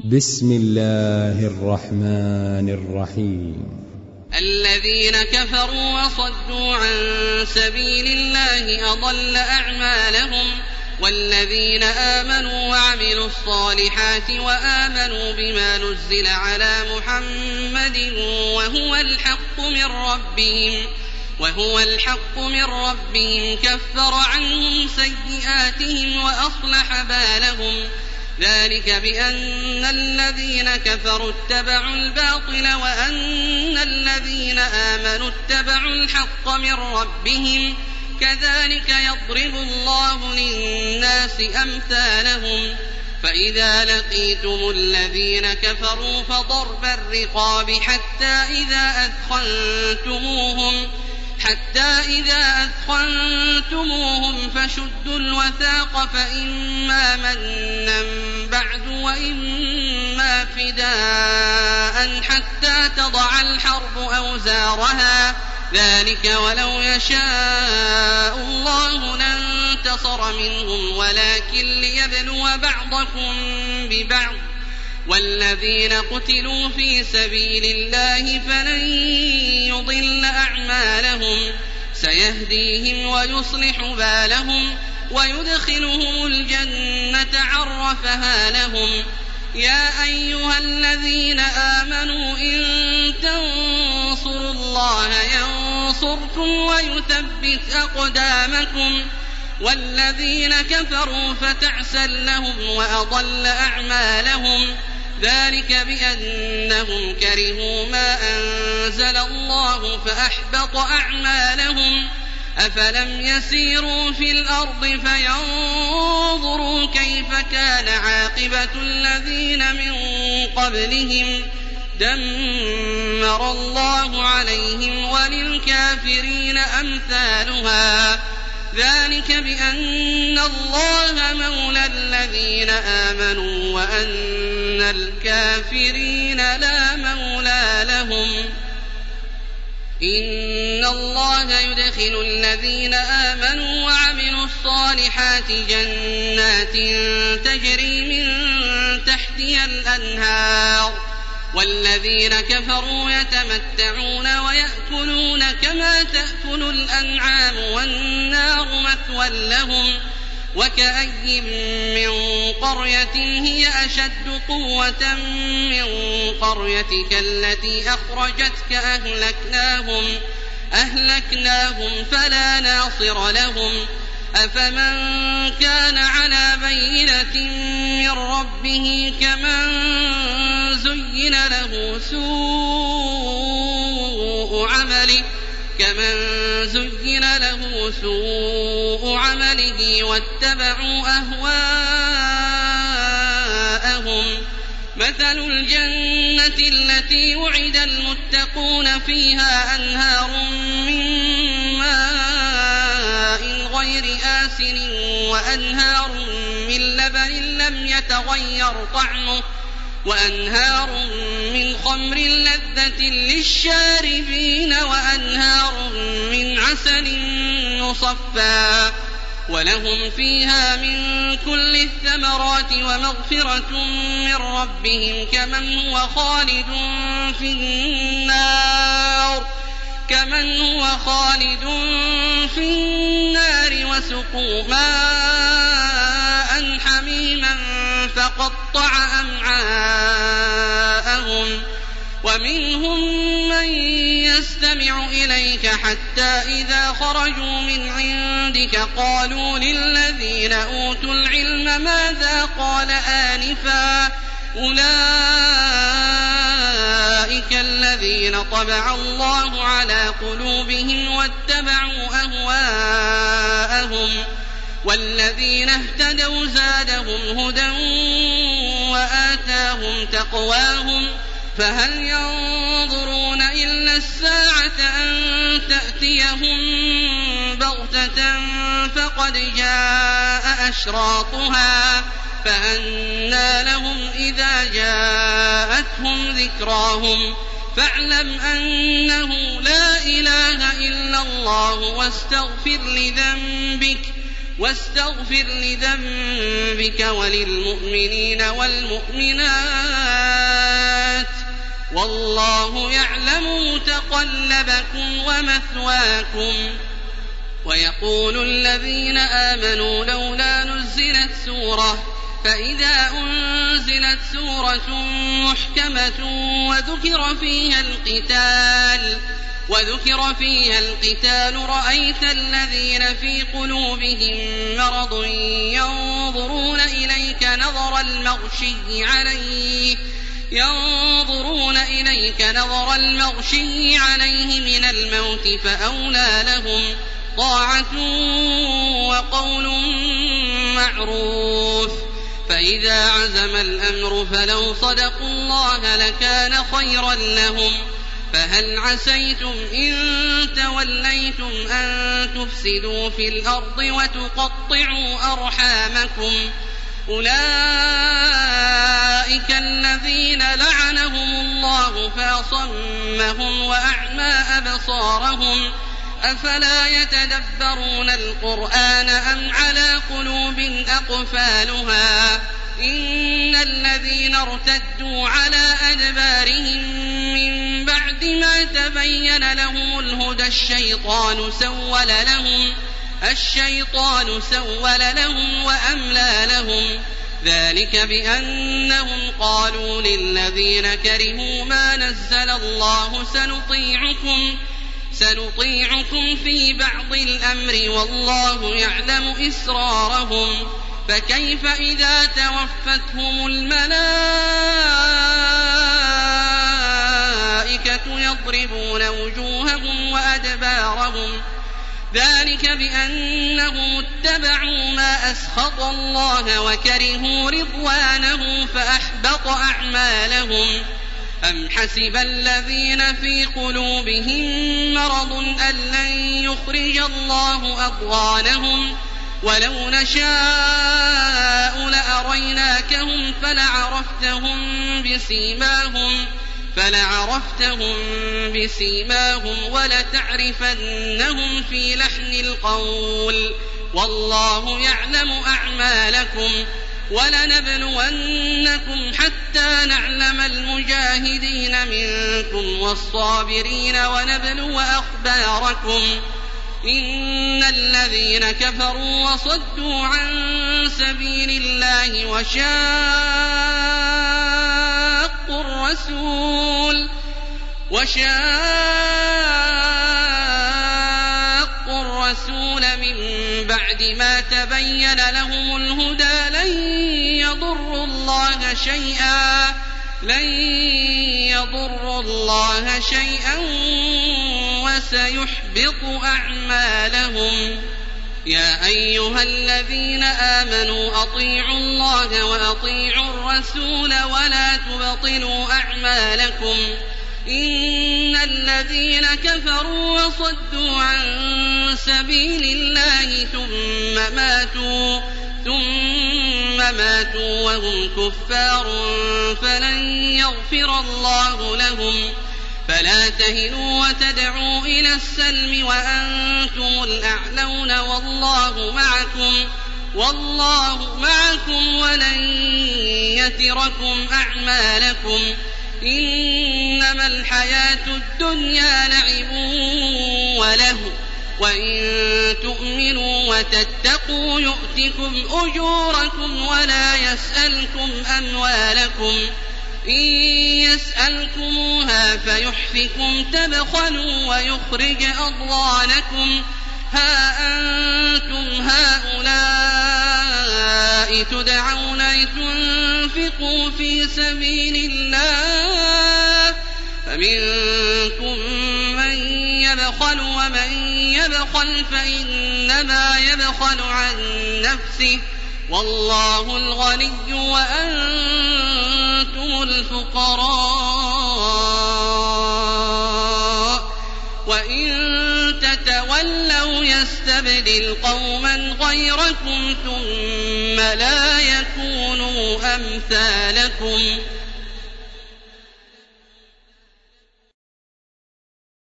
بسم الله الرحمن الرحيم. الذين كفروا وصدوا عن سبيل الله أضل أعمالهم والذين آمنوا وعملوا الصالحات وآمنوا بما نزل على محمد وهو الحق من ربهم كفر عنهم سيئاتهم وأصلح بالهم ذلك بأن الذين كفروا اتبعوا الباطل وأن الذين آمنوا اتبعوا الحق من ربهم كذلك يضرب الله للناس أمثالهم فإذا لقيتم الذين كفروا فضرب الرقاب حتى إذا أثخنتموهم فشدوا الوثاق فإما منا بعد وإما فداء حتى تضع الحرب أوزارها ذلك ولو يشاء الله لانتصر منهم ولكن ليبلو بعضكم ببعض والذين قتلوا في سبيل الله فلن يضل أعمالهم سيهديهم ويصلح بالهم ويدخلهم الجنة عرفها لهم يا أيها الذين آمنوا إن تنصروا الله ينصركم ويثبت أقدامكم والذين كفروا فتعسا لهم وأضل أعمالهم ذلك بأنهم كرهوا ما أنزل الله فأحبط أعمالهم أفلم يسيروا في الأرض فينظروا كيف كان عاقبة الذين من قبلهم دمر الله عليهم وللكافرين أمثالها ذلك بأن الله مولى الذين آمنوا وأن الكافرين لا مولى لهم إن الله يدخل الذين آمنوا وعملوا الصالحات جنات تجري من تحتها الأنهار والذين كفروا يتمتعون ويأكلون كما تأكل الأنعام والنار مثوى لهم وكأي من قرية هي أشد قوة من قريتك التي أخرجتك أهلكناهم فلا ناصر لهم أفمن كان على بينة من ربه كمن زين له سوء عمله واتبعوا أهواءهم مثل الجنة التي وعد المتقون فيها أنهار من ماء غير آسن وأنهار من لبن لم يتغير طعمه وأنهار من خمر لذة للشاربين وأنهار من عسل مصفى ولهم فيها من كل الثمرات ومغفرة من ربهم كمن هو خالد في النار وسقوا ماء حميما فقطع أمعاءهم ومنهم من يستمع إليك حتى إذا خرجوا من عندك قالوا للذين أوتوا العلم ماذا قال آنفا أولئك الذين طبع الله على قلوبهم واتبعوا أهواءهم والذين اهتدوا زادهم هدى وآتاهم تقواهم فهل ينظرون إلا الساعة أن تأتيهم بغتة فقد جاء أشراطها فأنى لهم إذا جاءتهم ذكراهم فاعلم أنه لا إله إلا الله واستغفر لذنبك وللمؤمنين والمؤمنات والله يعلم متقلبكم ومثواكم. ويقول الذين آمنوا لولا نزلت سورة، فإذا أنزلت سورة محكمة وذكر فيها القتال رأيت الذين في قلوبهم مرض ينظرون إليك نظر المغشي عليه من الموت، فأولى لهم طاعة وقول معروف. فإذا عزم الأمر فلو صدقوا الله لكان خيرا لهم. فهل عسيتم إن توليتم أن تفسدوا في الأرض وتقطعوا أرحامكم؟ أولئك الذين لعنهم الله فأصمهم وأعمى أبصارهم، أفلا يتدبرون القرآن أم على قلوب أقفالها؟ إن الذين ارتدوا على أدبارهم من بعد ما تبين لهم الهدى الشيطان سول لهم وأملى لهم. ذلك بأنهم قالوا للذين كرهوا ما نزل الله سنطيعكم في بعض الأمر والله يعلم إسرارهم. فكيف إذا توفتهم الملائكة يضربون وجوههم وأدبارهم؟ ذلك بأنهم اتبعوا ما أسخط الله وكرهوا رضوانه فأحبط أعمالهم. أم حسب الذين في قلوبهم مرض أن لن يخرج الله أضغانهم؟ ولو نشاء لأريناكهم فلعرفتهم بسيماهم ولتعرفنهم في لحن القول، والله يعلم أعمالكم. ولنبلونكم حتى نعلم المجاهدين منكم والصابرين ونبلو أخباركم. إن الذين كفروا وصدوا عن سبيل الله وشاقوا الرسول من بعد ما تبين لهم الهدى لن يضروا الله شيئا وسيحبط أعمالهم. يا أيها الذين آمنوا أطيعوا الله وأطيعوا الرسول ولا تبطلوا أعمالكم. إن الذين كفروا وصدوا عن سبيل الله ثم ماتوا وهم كفار فلن يغفر الله لهم. فلا تهنوا وتدعوا إلى السلم وأنتم الأعلون والله معكم ولن يتركم أعمالكم. إنما الحياة الدنيا لعب ولهو، وإن تؤمنوا وتتقوا يؤتكم أجوركم ولا يسألكم أموالكم. إن يسألكموها فيحفكم تبخلوا ويخرج أضغانكم. ها أنتم هؤلاء تدعون لتنفقوا في سبيل الله فمنكم من يبخل، ومن يبخل فإنما يبخل عن نفسه، والله الغني وأنتم الفقراء. وإن تتولوا يستبدل قوما غيركم ثم لا يكونوا أمثالكم.